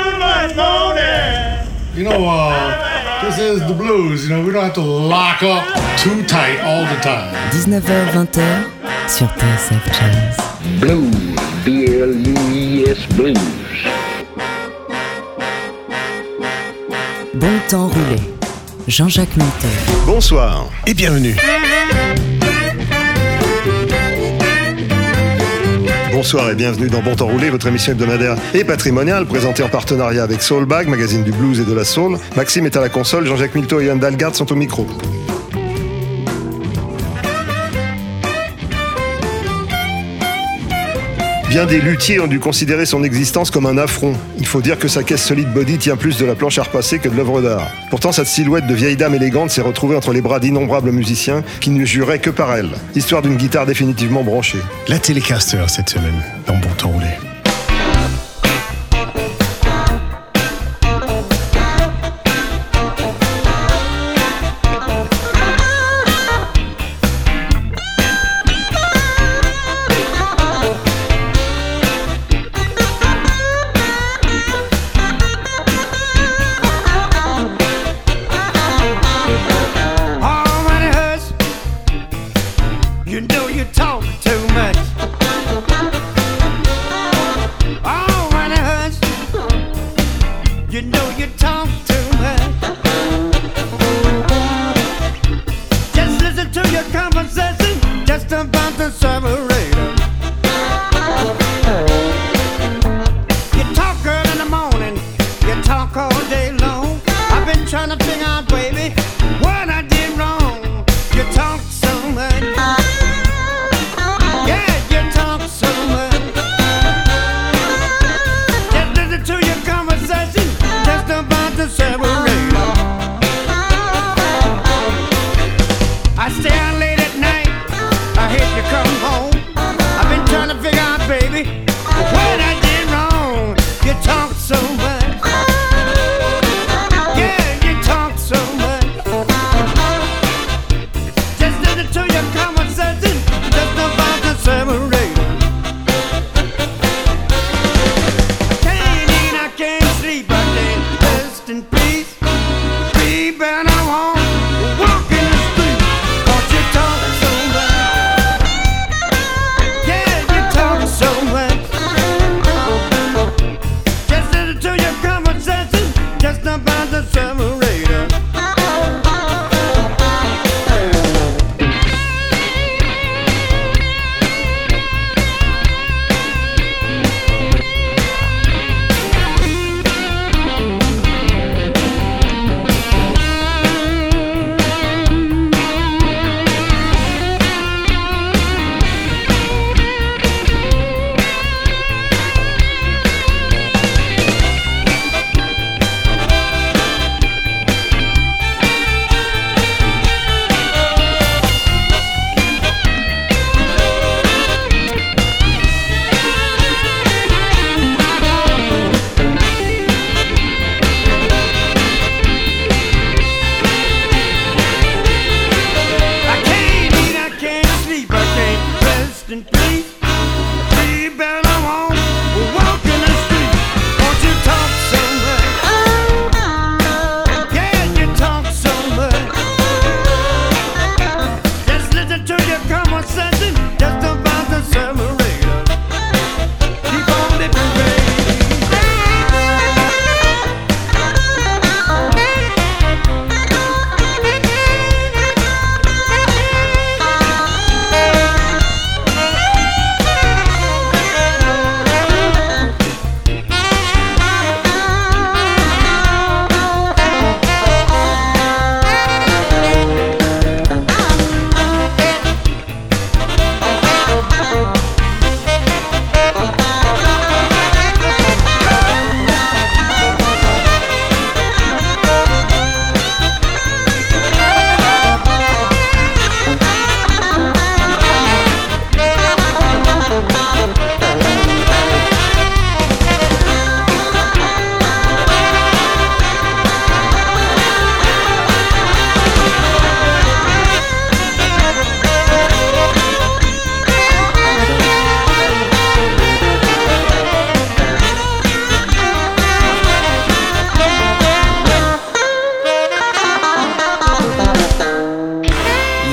You know, this is the blues. You know, we don't have to lock up too tight all the time. 19h-20h sur TSF Jazz. Blues, B-L-U-E-S, blues. Bon temps roulé. Jean-Jacques Minter. Bonsoir et bienvenue. Bonsoir et bienvenue dans Bon Temps Roulé, votre émission hebdomadaire et patrimoniale, présentée en partenariat avec Soulbag, magazine du blues et de la soul. Maxime est à la console, Jean-Jacques Milteau et Yann Dalgarde sont au micro. Bien des luthiers ont dû considérer son existence comme un affront. Il faut dire que sa caisse solide body tient plus de la planche à repasser que de l'œuvre d'art. Pourtant, cette silhouette de vieille dame élégante s'est retrouvée entre les bras d'innombrables musiciens qui ne juraient que par elle. Histoire d'une guitare définitivement branchée. La Telecaster cette semaine, dans Bon Temps Roulé.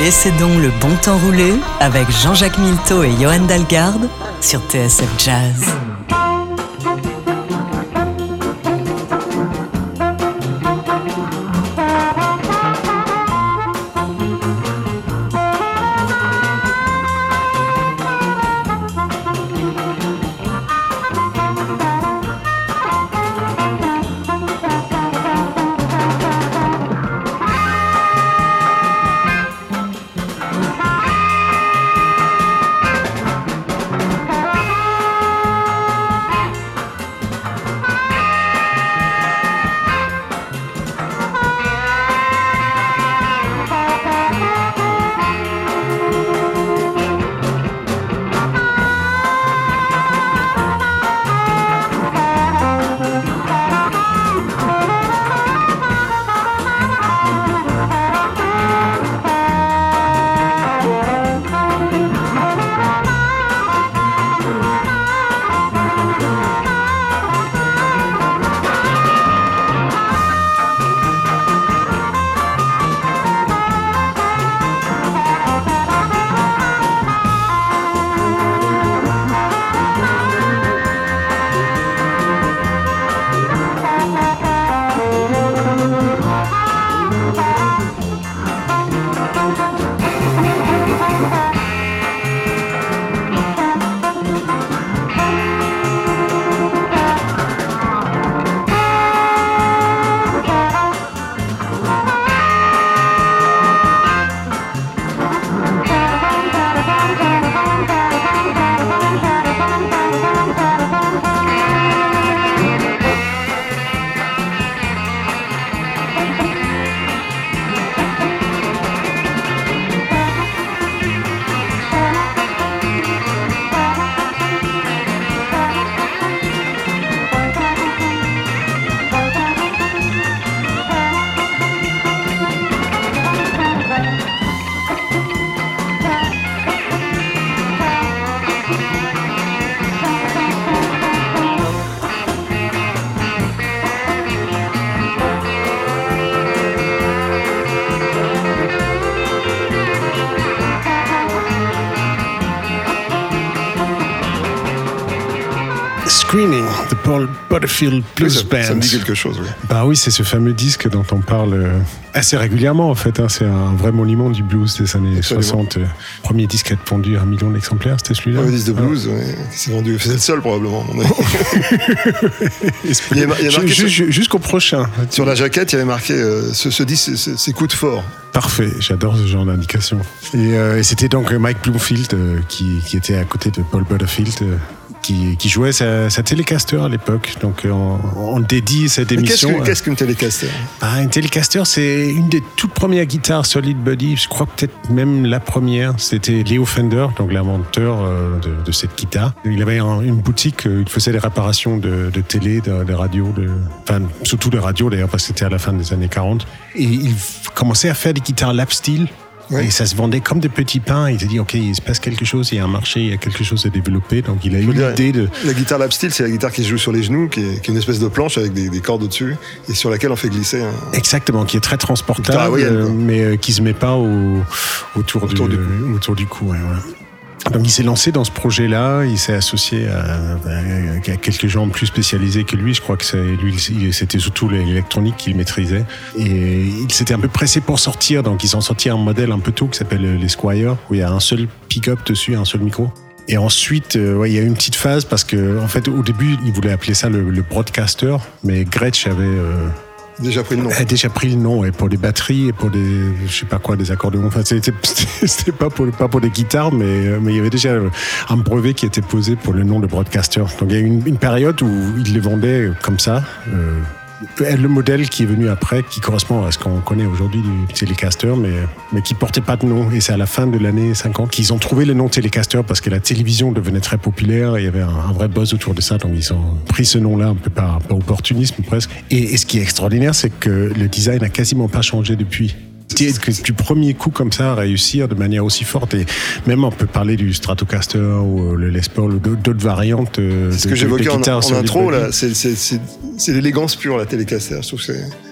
Laissez donc le bon temps rouler avec Jean-Jacques Milteau et Johan Dalgarde sur TSF Jazz. Screaming, The Paul Butterfield Blues Band. Ça me dit quelque chose, oui. Bah oui, c'est ce fameux disque dont on parle assez régulièrement en fait. C'est un vrai monument du blues des années 60. Premier disque à être vendu à 1 million d'exemplaires, c'était celui-là. Le disque de blues, qui s'est vendu. C'est le seul probablement. Il y a marqué jusqu'au prochain. Sur la jaquette, il y avait marqué ce disque, c'est coup de fort. Parfait, j'adore ce genre d'indication. Et c'était donc Mike Bloomfield qui était à côté de Paul Butterfield. Qui jouait sa Telecaster à l'époque. Donc on dédie cette émission. Qu'est-ce qu'une Telecaster ? Une Telecaster, c'est une des toutes premières guitares Solid Body. Je crois peut-être même la première. C'était Leo Fender, donc l'inventeur de cette guitare. Il avait une boutique, il faisait des réparations de télé, de radio, surtout de radio d'ailleurs, parce que c'était à la fin des années 40. Et il commençait à faire des guitares lap steel. Oui. Et ça se vendait comme des petits pains. Il s'est dit, OK, il se passe quelque chose, il y a un marché, il y a quelque chose à développer. Donc, il a eu l'idée de... La guitare lap steel, c'est la guitare qui se joue sur les genoux, qui est une espèce de planche avec des cordes au-dessus, et sur laquelle on fait glisser Exactement, qui est très transportable, mais qui ne se met pas autour du cou. Ouais. Donc il s'est lancé dans ce projet-là, il s'est associé à quelques gens plus spécialisés que lui. Je crois que c'était surtout l'électronique qu'il maîtrisait. Et il s'était un peu pressé pour sortir, donc ils ont sorti un modèle un peu tôt qui s'appelle les Squire, où il y a un seul pick-up dessus, un seul micro. Et ensuite, il y a eu une petite phase parce que, en fait, au début, il voulait appeler ça le Broadcaster, mais Gretsch avait déjà pris le nom. Déjà pris le nom, et pour les batteries et pour des accordéons. Enfin, c'était pas pour des guitares, mais il y avait déjà un brevet qui était posé pour le nom de Broadcaster. Donc il y a eu une période où il les vendait comme ça. Le modèle qui est venu après, qui correspond à ce qu'on connaît aujourd'hui du Telecaster, mais qui portait pas de nom. Et c'est à la fin de l'année 50 qu'ils ont trouvé le nom Telecaster parce que la télévision devenait très populaire et il y avait un vrai buzz autour de ça. Donc ils ont pris ce nom-là un peu par opportunisme presque. Et ce qui est extraordinaire, c'est que le design a quasiment pas changé depuis. Que du premier coup comme ça réussir de manière aussi forte, et même on peut parler du Stratocaster ou le Les Paul ou d'autres variantes c'est ce que j'évoquais en intro là, c'est l'élégance pure la Telecaster. Je trouve que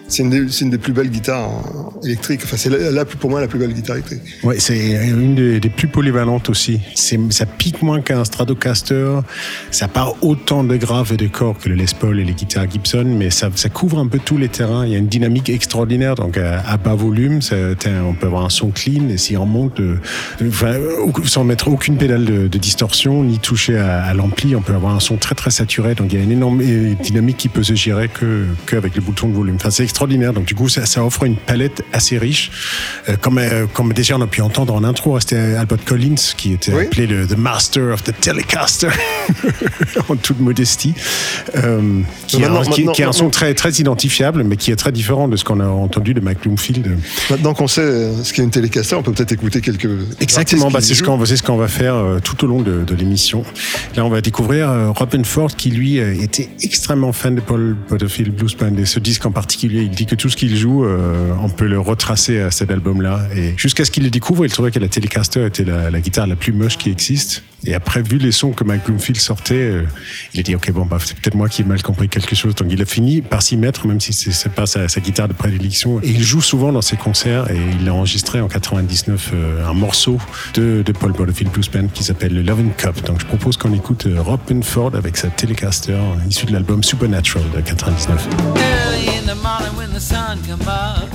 C'est une des plus belles guitares électriques. Enfin, c'est pour moi la plus belle guitare électrique. Ouais, c'est une des plus polyvalentes aussi. Ça pique moins qu'un Stratocaster. Ça part autant de graves et de corps que le Les Paul et les guitares Gibson, mais ça couvre un peu tous les terrains. Il y a une dynamique extraordinaire. Donc, à bas volume, on peut avoir un son clean. Et si on monte, sans mettre aucune pédale de distorsion, ni toucher à l'ampli, on peut avoir un son très, très saturé. Donc, il y a une énorme dynamique qui peut se gérer qu'avec les boutons de volume. Enfin, c'est extraordinaire. Donc, du coup, ça offre une palette assez riche. Comme déjà on a pu entendre en intro, c'était Albert Collins qui était appelé The Master of the Telecaster en toute modestie, qui a un son très, très identifiable, mais qui est très différent de ce qu'on a entendu de Mike Bloomfield. Maintenant qu'on sait ce qu'est une Telecaster, on peut peut-être écouter quelques... Exactement, c'est ce qu'on va faire tout au long de l'émission. Là, on va découvrir Robin Ford, qui lui était extrêmement fan de Paul Butterfield Blues Band, et ce disque en particulier. Il dit que tout ce qu'il joue, on peut le retracer à cet album-là. Et jusqu'à ce qu'il le découvre, il trouvait que la Telecaster était la guitare la plus moche qui existe. Et après, vu les sons que Mike Bloomfield sortait, il a dit ok, c'est peut-être moi qui ai mal compris quelque chose. Donc il a fini par s'y mettre, même si c'est pas sa guitare de prédilection. Et il joue souvent dans ses concerts, et il a enregistré en 99 un morceau de Paul Butterfield Blues Band qui s'appelle le Lovin' Cup. Donc je propose qu'on écoute Robin Ford avec sa Telecaster, issue de l'album Supernatural de 99. Early in the morning when the sun come up,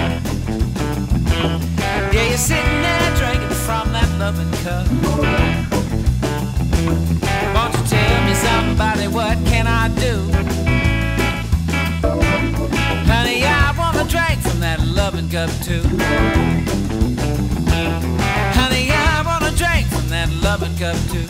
yeah, you're sitting there drinking from that loving cup. Won't you tell me somebody, what can I do? Honey, I wanna drink from that loving cup too. Honey, I wanna drink from that loving cup too.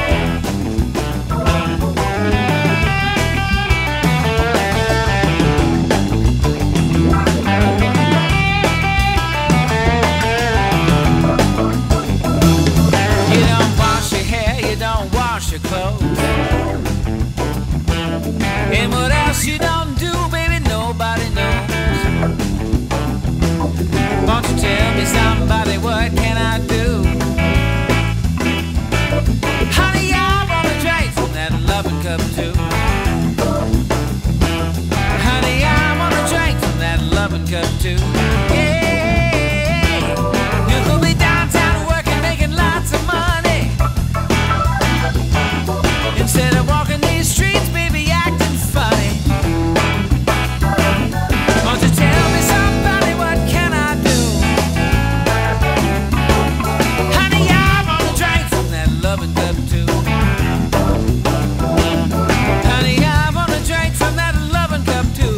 Your clothes. And what else you don't do, baby, nobody knows. Won't you tell me somebody, what can I do? Honey, I wanna drink from that loving cup too. Honey, I wanna drink from that loving cup too. Yeah, you could be downtown working, making lots of money. Instead of walking these streets, baby, acting funny. Won't you tell me somebody, what can I do? Honey, I wanna drink from that loving cup too. Honey, I wanna drink from that loving cup too.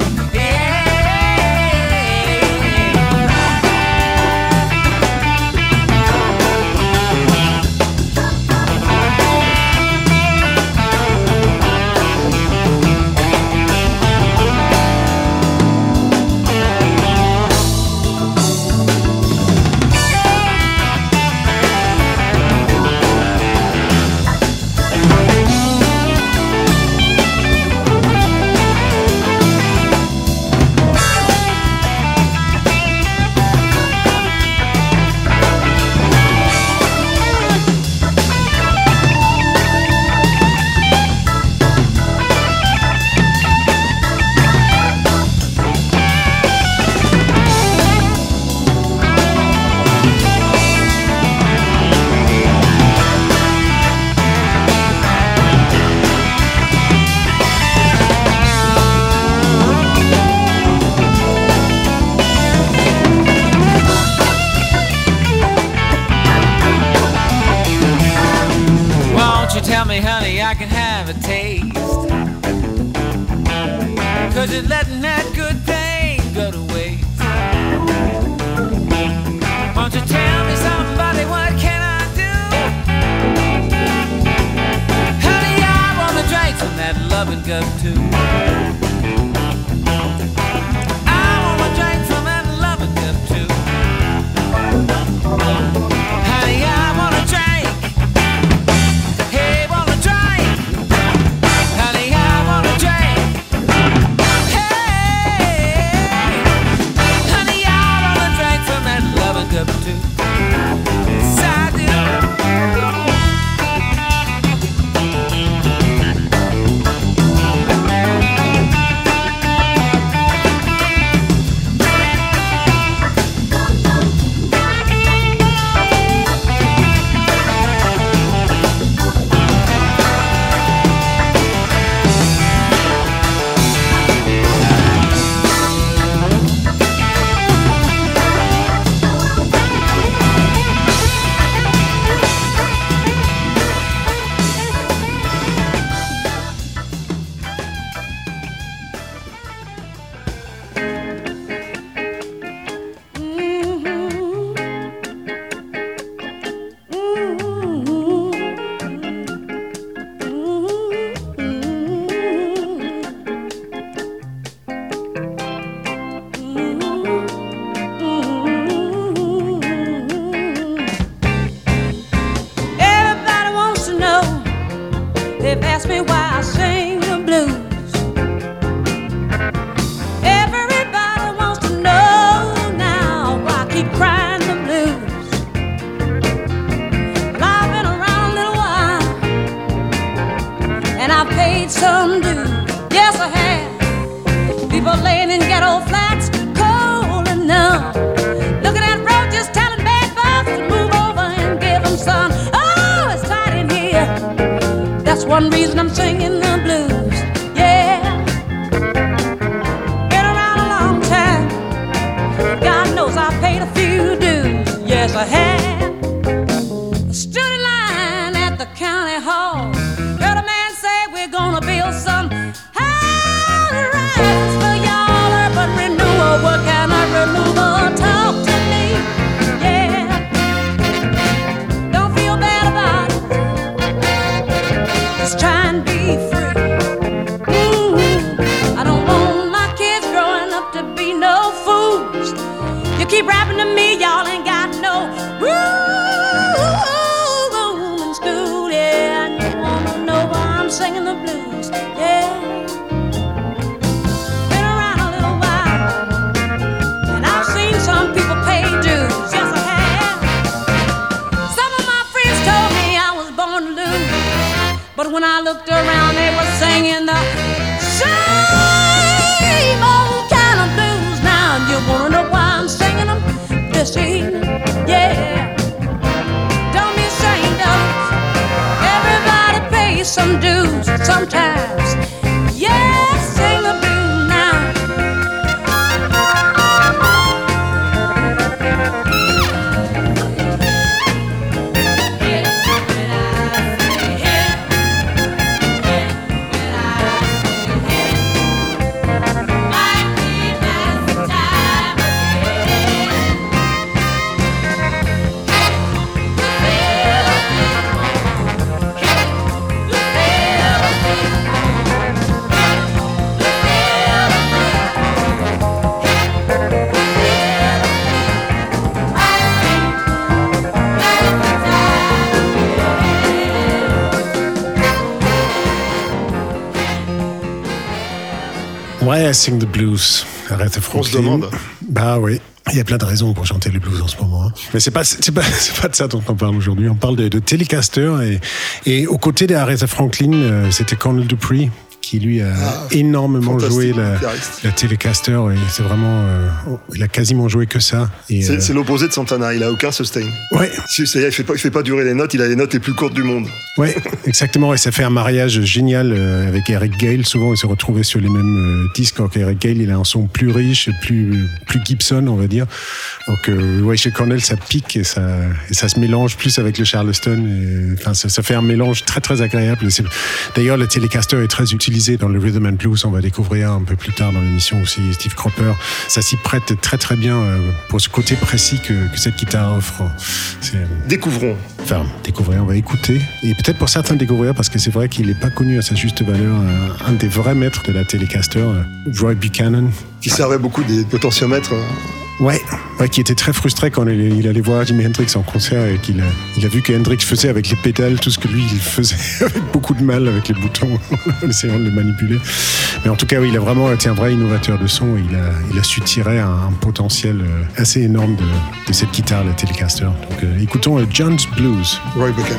Tell me, honey, I can have a taste, 'cause you're letting that good thing go to waste. Won't you tell me somebody, what can I do? Honey, I wanna drink from that loving cup too. I wanna drink from that loving cup too. Honey, I wanna drink. Yes, I have. People laying in ghetto flats, cold and numb. Looking at roaches, telling bad folks to move over and give them some. Oh, it's tight in here. That's one reason I'm singing the blues. Yeah. Been around a long time. God knows I paid a few dues. Yes, I have. Stood in line at the county hall. Heard a man say we're gonna build some high rises for y'all. Urban renewal, what kind of removal? Talk to me, yeah. Don't feel bad about it. Just try and be free. I don't want my kids growing up to be no fools. You keep rapping to me, y'all ain't got no room in school, yeah. And you wanna know why I'm singing the blues, yeah. Been around a little while, and I've seen some people pay dues, yes I have. Some of my friends told me I was born to lose, but when I looked around they were singing the same old kind of blues. Now you wanna know why I'm singing them this evening, yeah. Don't be ashamed of it. Everybody pays some dues sometimes. Yeah, sing the blues now. Ouais, I sing the blues. Aretha Franklin. On se demande. Bah oui. Il y a plein de raisons pour chanter les blues en ce moment. Mais c'est pas de ça dont on parle aujourd'hui. On parle de Telecaster et aux côtés d'Aretha Franklin, c'était Cornell Dupree qui lui a énormément joué la Telecaster et c'est vraiment il a quasiment joué que ça. Et, c'est l'opposé de Santana, il a aucun sustain. Ouais. C'est-à-dire, il fait pas durer les notes, il a les notes les plus courtes du monde. Ouais, exactement. Et ça fait un mariage génial avec Eric Gale. Souvent, il s'est retrouvé sur les mêmes disques. Alors qu'Eric Gale, il a un son plus riche, plus Gibson, on va dire. Donc, ouais, chez Cornell, ça pique et ça se mélange plus avec le Charleston. Enfin, ça fait un mélange très très agréable. D'ailleurs, le Telecaster est très utilisé dans le Rhythm and Blues. On va découvrir un peu plus tard dans l'émission aussi Steve Cropper. Ça s'y prête très très bien pour ce côté précis que cette guitare offre. Découvrons. Enfin, découvrir, on va écouter. Et peut-être pour certains découvrir, parce que c'est vrai qu'il n'est pas connu à sa juste valeur, un des vrais maîtres de la Telecaster, Roy Buchanan. Qui servait beaucoup des potentiomètres. Ouais, qui était très frustré quand il allait voir Jimi Hendrix en concert et qu'il a vu que Hendrix faisait avec les pédales tout ce que lui il faisait avec beaucoup de mal avec les boutons en essayant de les manipuler. Mais en tout cas, oui, il a vraiment été un vrai innovateur de son. Il a su tirer un potentiel assez énorme de cette guitare, la Telecaster. Donc écoutons John's Blues. Roy Buchanan.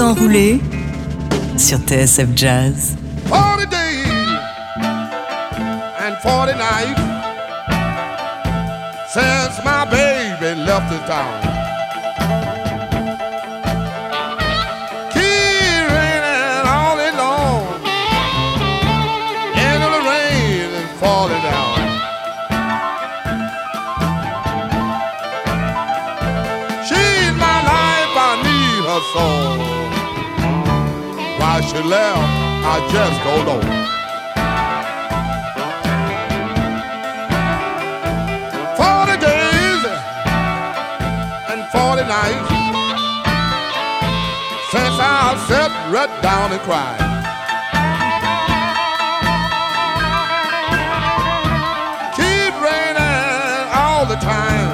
temps roulé sur TSF Jazz. 40 days and 40 nights since my baby left the town. Keep raining all day long, and the rain is falling down. She's my life, I need her soul. Why she left, I just don't know. Night since I sat right down and cried. Keep raining all the time,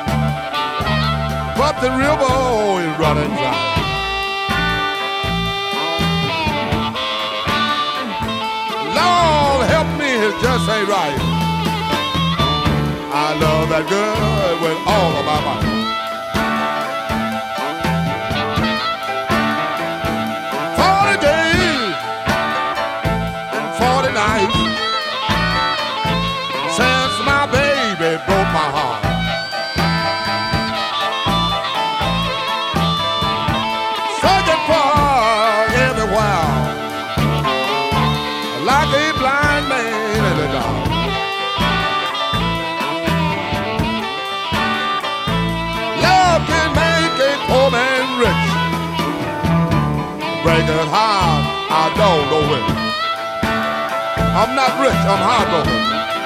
but the river is running dry. Lord help me, it just ain't right. I love that girl with all of my might. 40 days and 40 nights since my baby broke my heart. Searching for her everywhere, like a blind man in the dark. Love can make a poor man rich, break it hard, I don't know it. I'm not rich, I'm heartbroken.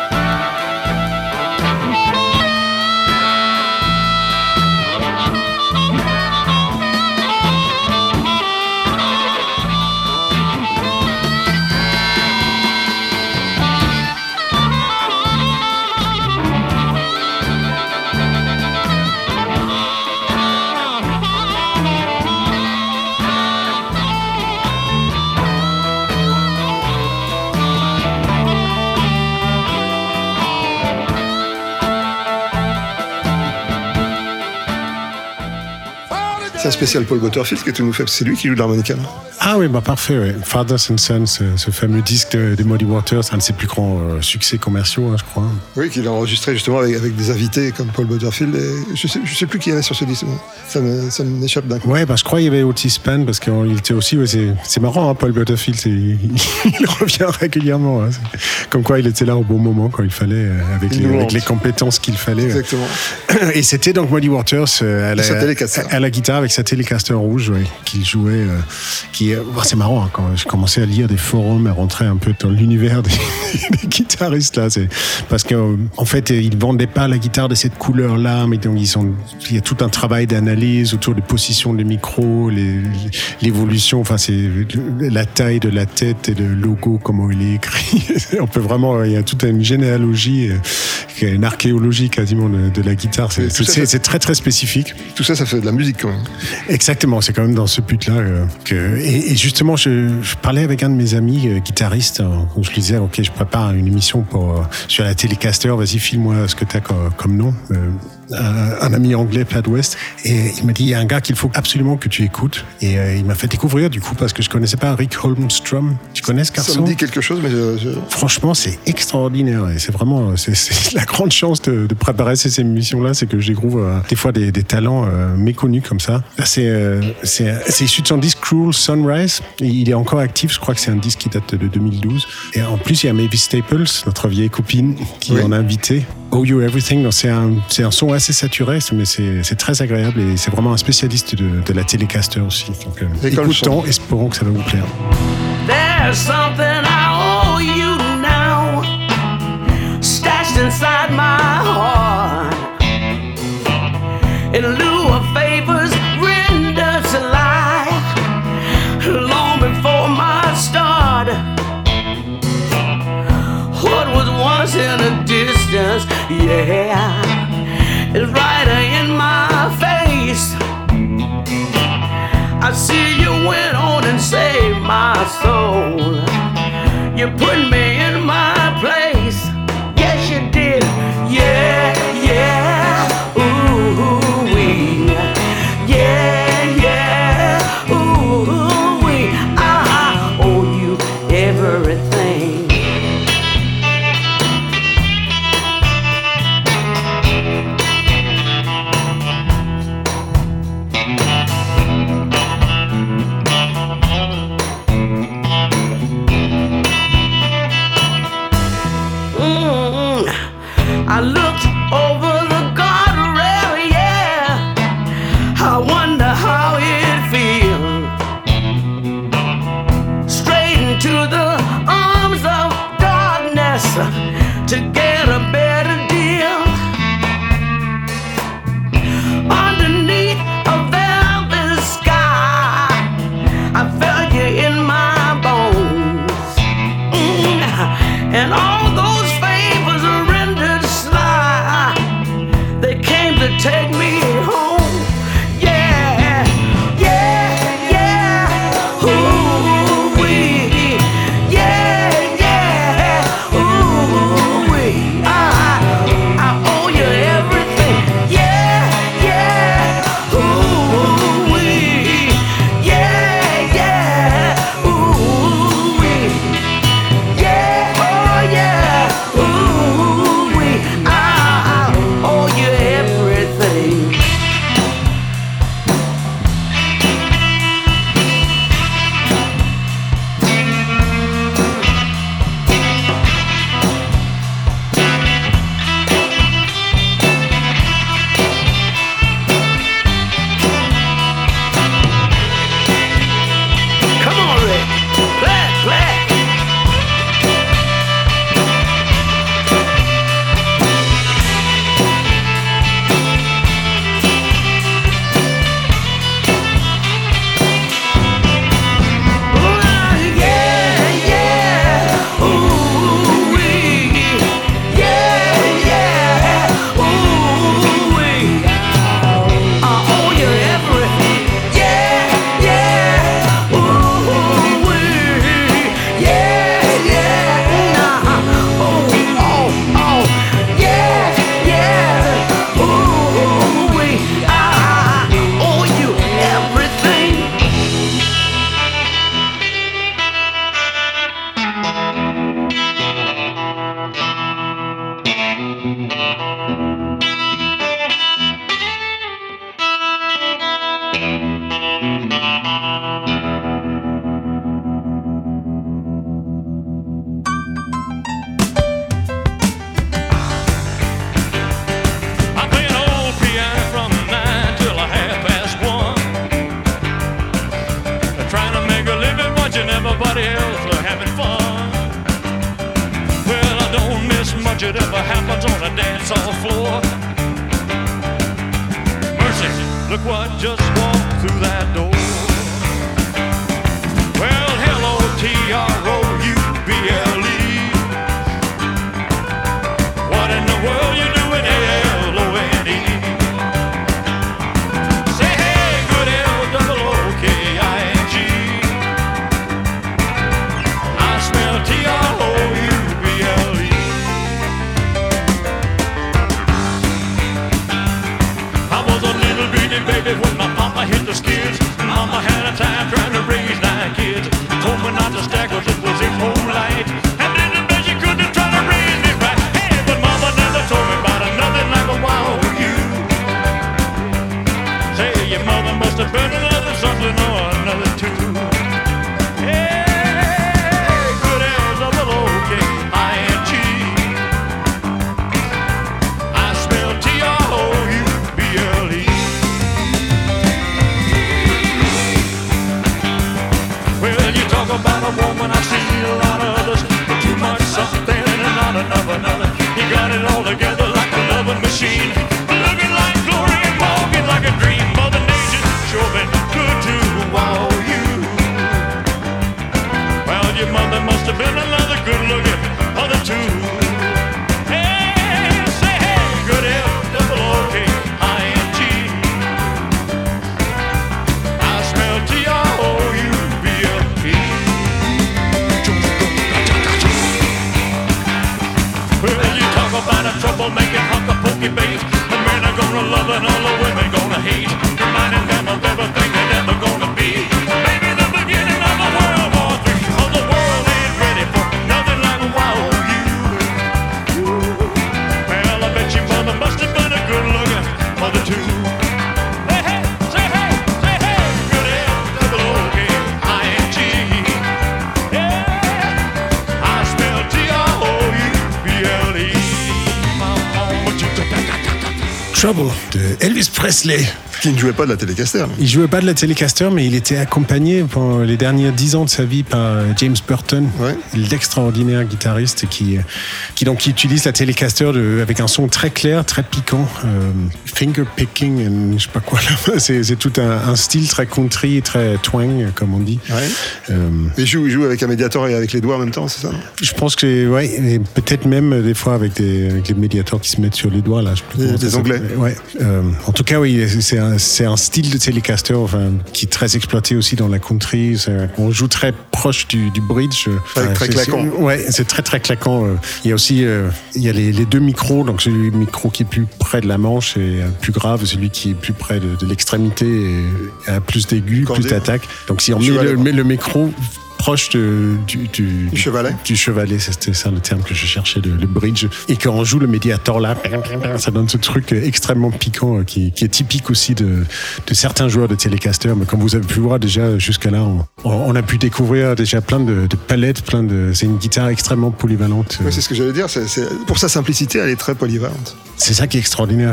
C'est un spécial Paul Butterfield que tu nous fais, c'est lui qui joue de l'harmonica. Ah oui, bah parfait, ouais. Fathers and Sons, ce fameux disque de Muddy Waters, un de ses plus grands succès commerciaux, hein, je crois. Oui, qu'il a enregistré justement avec des invités comme Paul Butterfield. Et je sais plus qui il y avait sur ce disque. Ça m'échappe d'un coup. Ouais, bah je crois qu'il y avait Otis Spann, parce qu'il était aussi, ouais, c'est marrant, hein, Paul Butterfield, il revient régulièrement. Hein. Comme quoi il était là au bon moment quand il fallait, avec les compétences qu'il fallait. Exactement. Et c'était donc Muddy Waters à la guitare avec sa Telecaster rouge, ouais, qu'il jouait, c'est marrant, hein, quand j'ai commencé à lire des forums, à rentrer un peu dans l'univers des guitaristes là, c'est parce que en fait ils vendaient pas la guitare de cette couleur là, mais donc il y a tout un travail d'analyse autour des positions des micros, l'évolution, enfin c'est la taille de la tête et le logo, comment il est écrit. On peut vraiment, il y a toute une généalogie, une archéologie quasiment de la guitare. C'est très très spécifique. Tout ça, ça fait de la musique quand même. Exactement, c'est quand même dans ce but-là et justement, je parlais avec un de mes amis guitaristes, où je lui disais, ok, je prépare une émission sur la Telecaster, vas-y, file-moi ce que t'as comme nom. Un ami anglais, Pat West, et il m'a dit, il y a un gars qu'il faut absolument que tu écoutes, et il m'a fait découvrir du coup, parce que je connaissais pas Rick Holmstrom. Tu connais ce garçon? Ça me dit quelque chose, mais franchement, c'est extraordinaire, et c'est vraiment c'est la grande chance de préparer ces émissions-là, c'est que je découvre des fois des talents méconnus comme ça. Là, c'est issu de son disque Cruel Sunrise, et il est encore actif, je crois que c'est un disque qui date de 2012, et en plus il y a Mavis Staples, notre vieille copine, qui en a invité. Oh You Everything, c'est un son assez saturé, mais c'est très agréable, et c'est vraiment un spécialiste de la Telecaster aussi. Donc, écoutons, espérons que ça va vous plaire. There's something I owe you now, stashed inside my heart. In lieu of favors rendered to lie, long before my start. What was once in a distance, yeah, is right in my face. I see you went on and saved my soul. You put me in my place. Yes, you did. Yeah, yeah. Ooh, wee. Yeah, yeah. Ooh. budget ever happens on a dance hall floor. Mercy, look what just walked through that door. Well, hello, Troublee. What in the world you doing, LONE? Say hey, good LOOKING. I smell TROUBLE. I was a little bitty baby when my mama hit the skids. Mama had a time trying to raise 9 kids. Told me not to stack 'cause it was in moonlight. And then the bitch, she couldn't try to raise me right. Hey, but mama never told me about nothing like a wild you. Say your mother must have been another something or another too. Hey, good LOOKING. I smell TROUBLE. Well, you talk about a woman, I see a lot of others, but too much something and not enough another. You got it all together like a loving machine, looking like glory and walking like a dream. Mother Nature sure been good to all you. Well, your mother must have been another good-looking other too. Hey, say hey, good LOOKING. I smell TROUBLE. Well, you talk about a troublemaking hunk-a-pokey bait. The men are gonna love and all the women gonna hate, reminding them of everything they're never gonna be. Maybe the beginning of a World War III. Oh, the world ain't ready for nothing like a wild you. Well, I bet your mother must have been a good-looking mother too. Hey, hey, say hey, good LOOKING. Yeah, I smell TROUBLE. Trouble de Elvis Presley. Qui ne jouait pas de la Telecaster. Il jouait pas de la Telecaster, mais il était accompagné pendant les derniers 10 ans de sa vie par James Burton, l'extraordinaire guitariste qui utilise la Telecaster avec un son très clair, très piquant, finger picking, je sais pas quoi. C'est tout un style très country, très twang, comme on dit. Ouais. Il joue avec un médiator et avec les doigts en même temps, c'est ça? Je pense que et peut-être même des fois avec les médiators qui se mettent sur les doigts là. Des onglets. Ouais. En tout cas, oui, c'est un style de Telecaster qui est très exploité aussi dans la country. On joue très proche du bridge. Très claquant. Ouais, c'est très très claquant. Il y a aussi les deux micros, donc celui micro qui est plus près de la manche et plus grave, celui qui est plus près de l'extrémité et a plus d'aigus, plus d'attaque. Donc si on met le micro proche du chevalet. Du chevalet, c'était ça le terme que je cherchais, le bridge. Et quand on joue le médiator là, ça donne ce truc extrêmement piquant qui est typique aussi de certains joueurs de Telecaster. Mais comme vous avez pu voir déjà jusqu'à là, on a pu découvrir déjà plein de palettes, c'est une guitare extrêmement polyvalente. Ouais, c'est ce que j'allais dire. Pour sa simplicité, elle est très polyvalente. C'est ça qui est extraordinaire,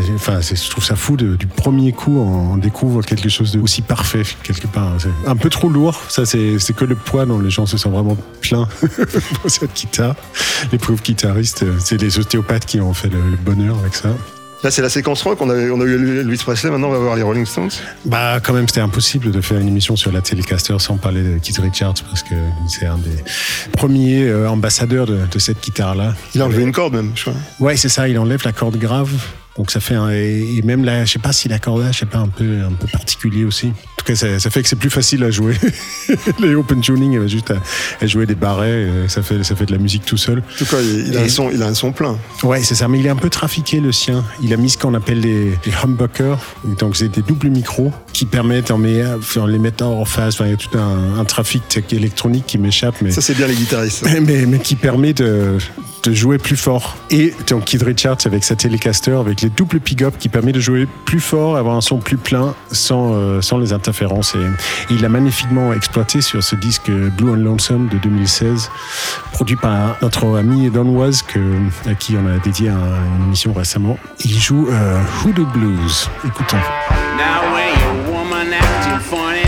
je trouve ça fou du premier coup, on découvre quelque chose d'aussi parfait quelque part. C'est un peu trop lourd, ça c'est que le poids dont les gens se sentent vraiment pleins pour cette guitare. Les pauvres guitaristes, c'est les ostéopathes qui ont fait le bonheur avec ça. Là, c'est la séquence rock. On a eu Elvis Presley, maintenant on va voir les Rolling Stones. Bah, quand même, c'était impossible de faire une émission sur la Telecaster sans parler de Keith Richards, parce que c'est un des premiers ambassadeurs de cette guitare-là. Il a enlevé une corde même, je crois. Ouais, c'est ça, il enlève la corde grave. Donc ça fait et même là, je sais pas si l'accordage, je sais pas, un peu particulier aussi. En tout cas, ça fait que c'est plus facile à jouer. Les open tuning, il va juste à jouer des barrets, ça fait de la musique tout seul. En tout cas, il a un son plein. Ouais, c'est ça, mais il est un peu trafiqué le sien. Il a mis ce qu'on appelle les humbuckers, donc c'est des doubles micros qui permettent en les mettant en phase. Enfin, il y a tout un trafic électronique qui m'échappe, mais ça c'est bien les guitaristes. Mais qui permet de jouer plus fort. Et donc Keith Richards avec sa Telecaster, avec les doubles pick-up qui permet de jouer plus fort, avoir un son plus plein sans les interférences. Et il l'a magnifiquement exploité sur ce disque Blue and Lonesome de 2016, produit par notre ami Don Was, à qui on a dédié une émission récemment. Il joue Hoodoo Blues. Écoutons. Now when your woman acting funny,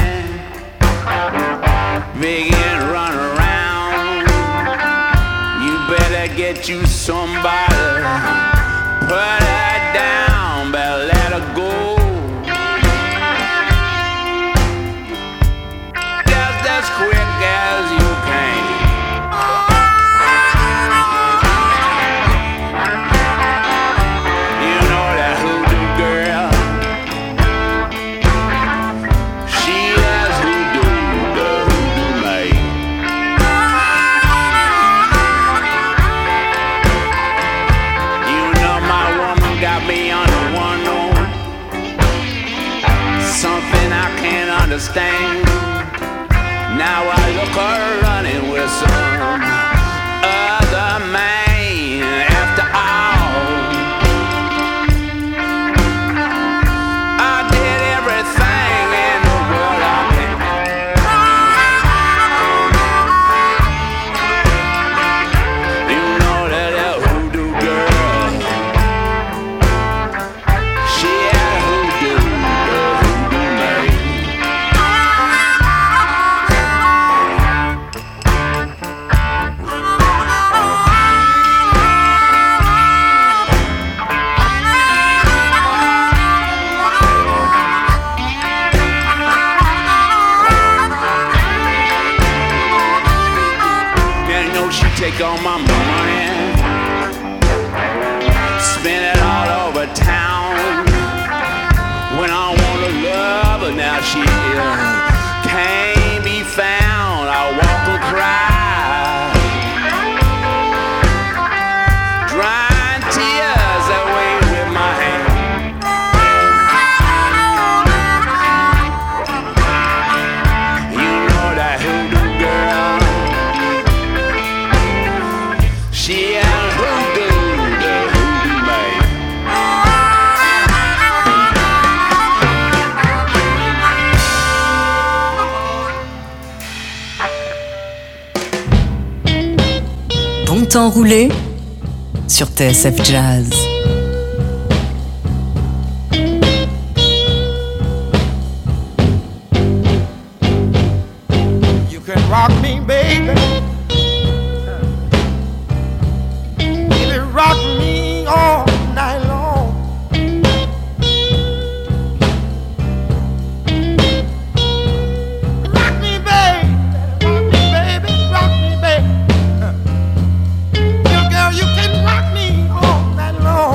begin run around, you better get you somebody. Put her down, better let her go. Just as quick as you can. You know that hoodoo girl. She is hoodoo, the hoodoo maid. You know my woman got me on the one on. Something I can't understand. Now I look her running with some other man. After all, I did everything in the world I can. You know that hoodoo girl, she had hoodoo, the hoodoo maid. She take all my money, spend it all over town. When I want to love her, now she can't be found. I walk and cry, drying tears away with my hand. You know that hoodoo girl. She and hoodoo, the hoodoo maid. Bon temps roulé sur TSF Jazz. You can rock me, baby. Baby, rock me all night long. Rock me, baby. Rock me, baby. Rock me, baby. Little girl, you can rock me all night long.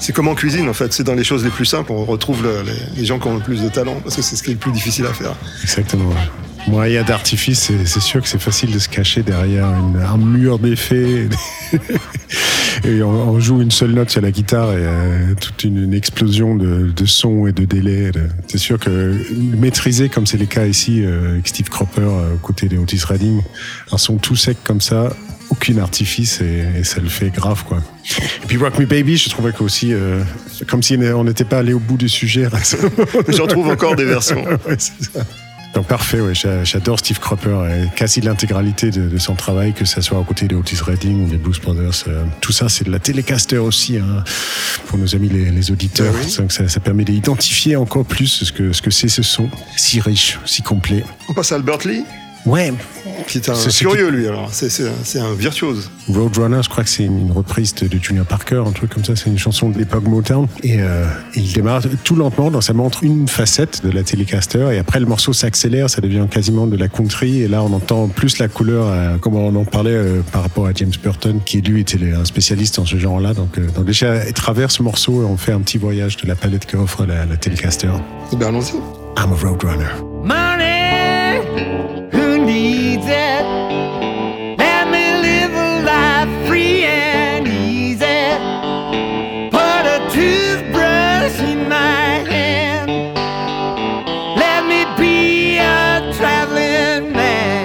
C'est comme en cuisine, en fait. C'est dans les choses les plus simples qu'on retrouve les gens qui ont le plus de talent, parce que c'est ce qui est le plus difficile à faire. Exactement. Moyen d'artifice, c'est sûr que c'est facile de se cacher derrière un mur d'effets. Et on joue une seule note sur la guitare et toute une explosion de sons et de délais. C'est sûr que maîtriser, comme c'est le cas ici avec Steve Cropper, côté de Otis Redding, un son tout sec comme ça, aucun artifice et ça le fait grave, quoi. Et puis Rock Me Baby, je trouvais qu'aussi, comme si on n'était pas allé au bout du sujet. J'en trouve encore des versions. Ouais, c'est ça. Donc parfait, ouais, j'adore Steve Cropper et quasi l'intégralité de son travail, que ce soit aux côtés de Otis Redding ou des Blues Brothers. Tout ça, c'est de la Telecaster aussi, hein, pour nos amis les auditeurs. Oui. Donc ça permet d'identifier encore plus ce que c'est ce son, si riche, si complet. On passe à Albert Lee. Ouais. Qui est un curieux, lui, alors. C'est un virtuose. Roadrunner, je crois que c'est une reprise de Junior Parker, un truc comme ça. C'est une chanson de l'époque Motown. Et il démarre tout lentement, donc ça montre une facette de la Telecaster. Et après, le morceau s'accélère, ça devient quasiment de la country. Et là, on entend plus la couleur, comme on en parlait par rapport à James Burton, qui lui était un spécialiste en ce genre-là. Donc déjà, à travers ce morceau, on fait un petit voyage de la palette qu'offre la Telecaster. Eh bien, allons-y. I'm a Roadrunner. Money, who needs it? Let me live a life free and easy. Put a toothbrush in my hand. Let me be a traveling man.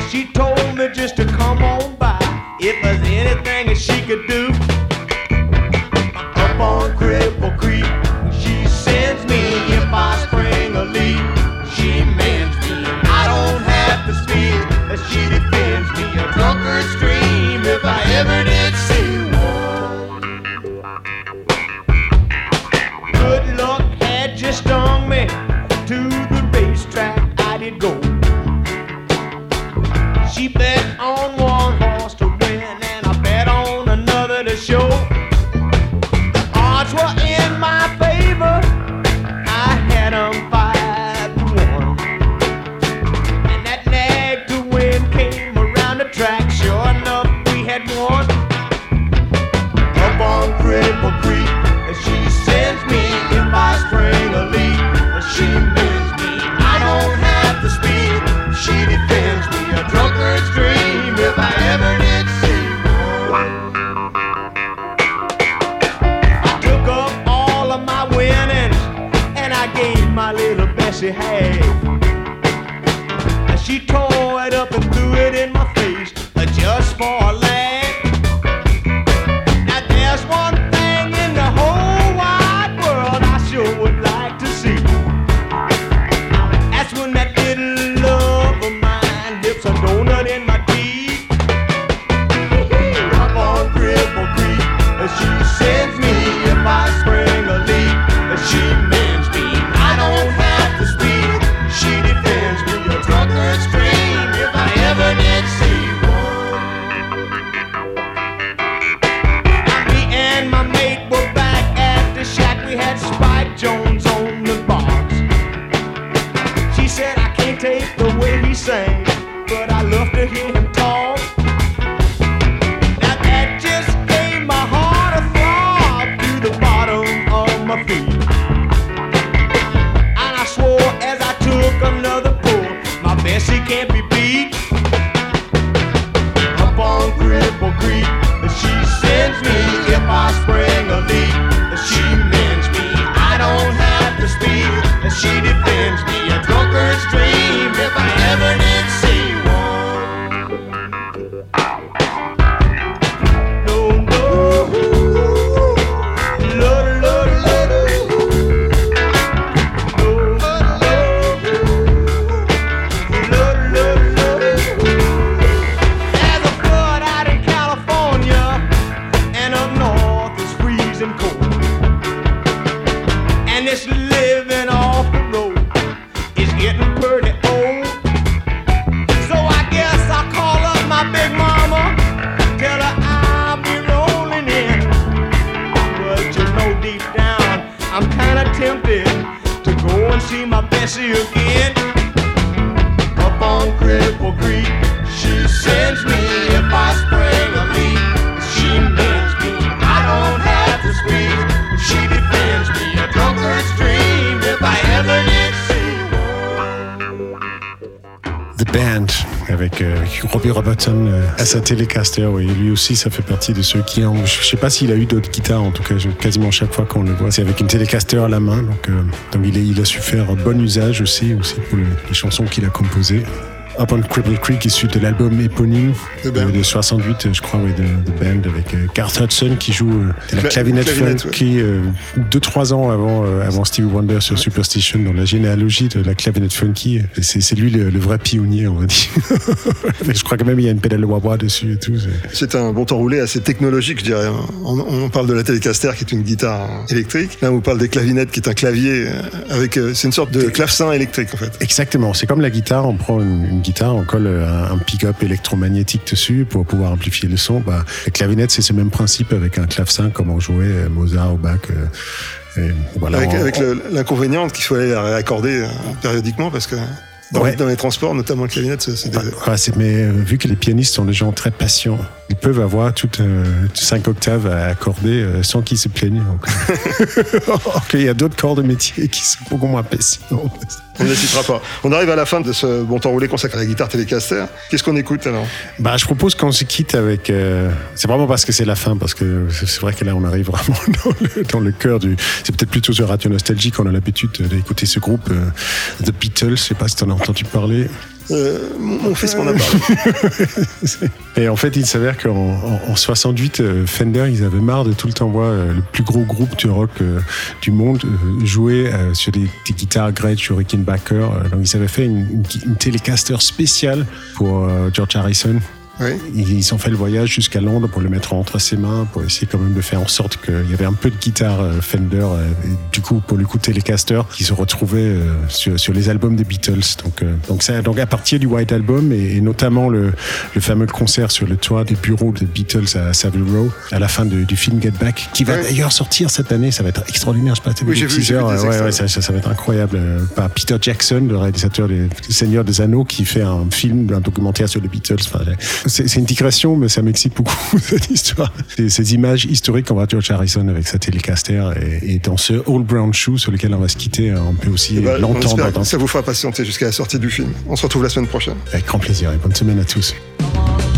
She told me just to come on by if there's anything that she could do. Up on Cripple Creek, she sends me if I spring a leak. She mends me, I don't have to speak. She defends me, a drunkard stream if I ever did see one. Good luck had just stung me. To the racetrack I did go. She bet on one horse to win, and I bet on another to show. The odds were in my favor. I had 'em 5-1, and that nag to win came around the track. Sure enough, we had won. Up on Cripple Creek, and she sends me if I spring a leak. She mends me, I don't have to speak. She defends me, a drunkard's dream if I ever did see one. I took up all of my winnings and I gave my little Bessie half. She tore it up and threw it in my face just for a laugh. Now there's one thing in the whole wide world I sure would like to see. That's when that little love of mine dips a donut in my teeth. Up on Cripple Creek, she sends me if I spring a leak. She mends me, I don't have to speak. She defends me, a drunkard's dream if I ever did see one. Me and my mate were back at the shack. We had Spike Jones on the box. She said I can't take the way he sang, but I love to hear him talk. Now that just gave my heart a throb to the bottom of my feet. And I swore as I took another pull, my Bessie can't be beat. Up on Cripple Creek, she sends me if I spring a leak. She mends me, I don't have to speak. She defends me, a drunkard's dream if I ever did see one. No, no, Lord, Lord, Lord, no, Lord, Lord, Lord. There's a flood out in California, and up north it's freezing cold. And this living off the road is getting pretty old. So I guess I'll call up my big mama, tell her I'll be rolling in. But you know deep down I'm kinda tempted to go and see my Bessie again. Up on Cripple Creek, she sends me if I spring a leak. She mends me, I don't have to speak. She defends me, a drunkard's dream if I ever did see one. The Band avec Robbie Robertson à sa Telecaster. Oui, lui aussi, ça fait partie de ceux qui ont. Je sais pas s'il a eu d'autres guitares. En tout cas, quasiment chaque fois qu'on le voit, c'est avec une Telecaster à la main. Donc il a su faire bon usage aussi pour les chansons qu'il a composées. Up on Cripple Creek, issu de l'album éponyme de 68, je crois, oui, de Band, avec Garth Hudson qui joue de la clavinette funky 2-3 ans avant Stevie Wonder sur Superstition, dans la généalogie de la clavinette funky. C'est lui le vrai pionnier, on va dire. Je crois quand même il y a une pédale de wah-wah dessus et tout. C'est un bon temps roulé assez technologique, je dirais. On parle de la Telecaster qui est une guitare électrique. Là, on vous parle des clavinettes qui est un clavier c'est une sorte de clavecin électrique en fait. Exactement, c'est comme la guitare, on prend une guitare, on colle un pick-up électromagnétique dessus pour pouvoir amplifier le son. La clavinette, c'est ce même principe avec un clavecin comme on jouait Mozart ou Bach. Voilà, avec l'inconvénient qu'il faut aller la réaccorder périodiquement parce que dans les transports, notamment la clavinette, mais vu que les pianistes sont des gens très patients, ils peuvent avoir toutes 5 octaves à accorder sans qu'ils se plaignent. Il y a d'autres corps de métier qui sont beaucoup moins patients. On ne les citera pas. On arrive à la fin de ce bon temps roulé consacré à la guitare Telecaster. Qu'est-ce qu'on écoute alors ? Je propose qu'on se quitte avec... c'est vraiment parce que c'est la fin, parce que c'est vrai que là on arrive vraiment dans le cœur du... C'est peut-être plutôt sur Radio Nostalgie qu'on a l'habitude d'écouter ce groupe, The Beatles. Je ne sais pas si tu en as entendu parler. Mon fils m'en a parlé. Et en fait, il s'avère qu'en 68, Fender, ils avaient marre de tout le temps voir le plus gros groupe de rock du monde jouer sur des guitares Gretsch ou Rickenbacker. Donc, ils avaient fait une Telecaster spéciale pour George Harrison. Oui. Ils ont fait le voyage jusqu'à Londres pour le mettre entre ses mains, pour essayer quand même de faire en sorte qu'il y avait un peu de guitare Fender, et du coup, pour le coup Telecaster, qui se retrouvait sur les albums des Beatles. Donc à partir du White Album, et notamment le fameux concert sur le toit des bureaux des Beatles à Savile Row, à la fin du film Get Back, qui va d'ailleurs sortir cette année, ça va être extraordinaire. Je sais pas, j'ai vu ça va être incroyable. Par Peter Jackson, le réalisateur des Seigneurs des Anneaux, qui fait un documentaire sur les Beatles. Enfin, c'est une digression, mais ça m'excite beaucoup, cette histoire. Ces images historiques qu'on voit George Harrison avec sa Telecaster et dans ce Old Brown Shoe sur lequel on va se quitter, on peut aussi l'entendre. Ça vous fera patienter jusqu'à la sortie du film. On se retrouve la semaine prochaine. Avec grand plaisir et bonne semaine à tous.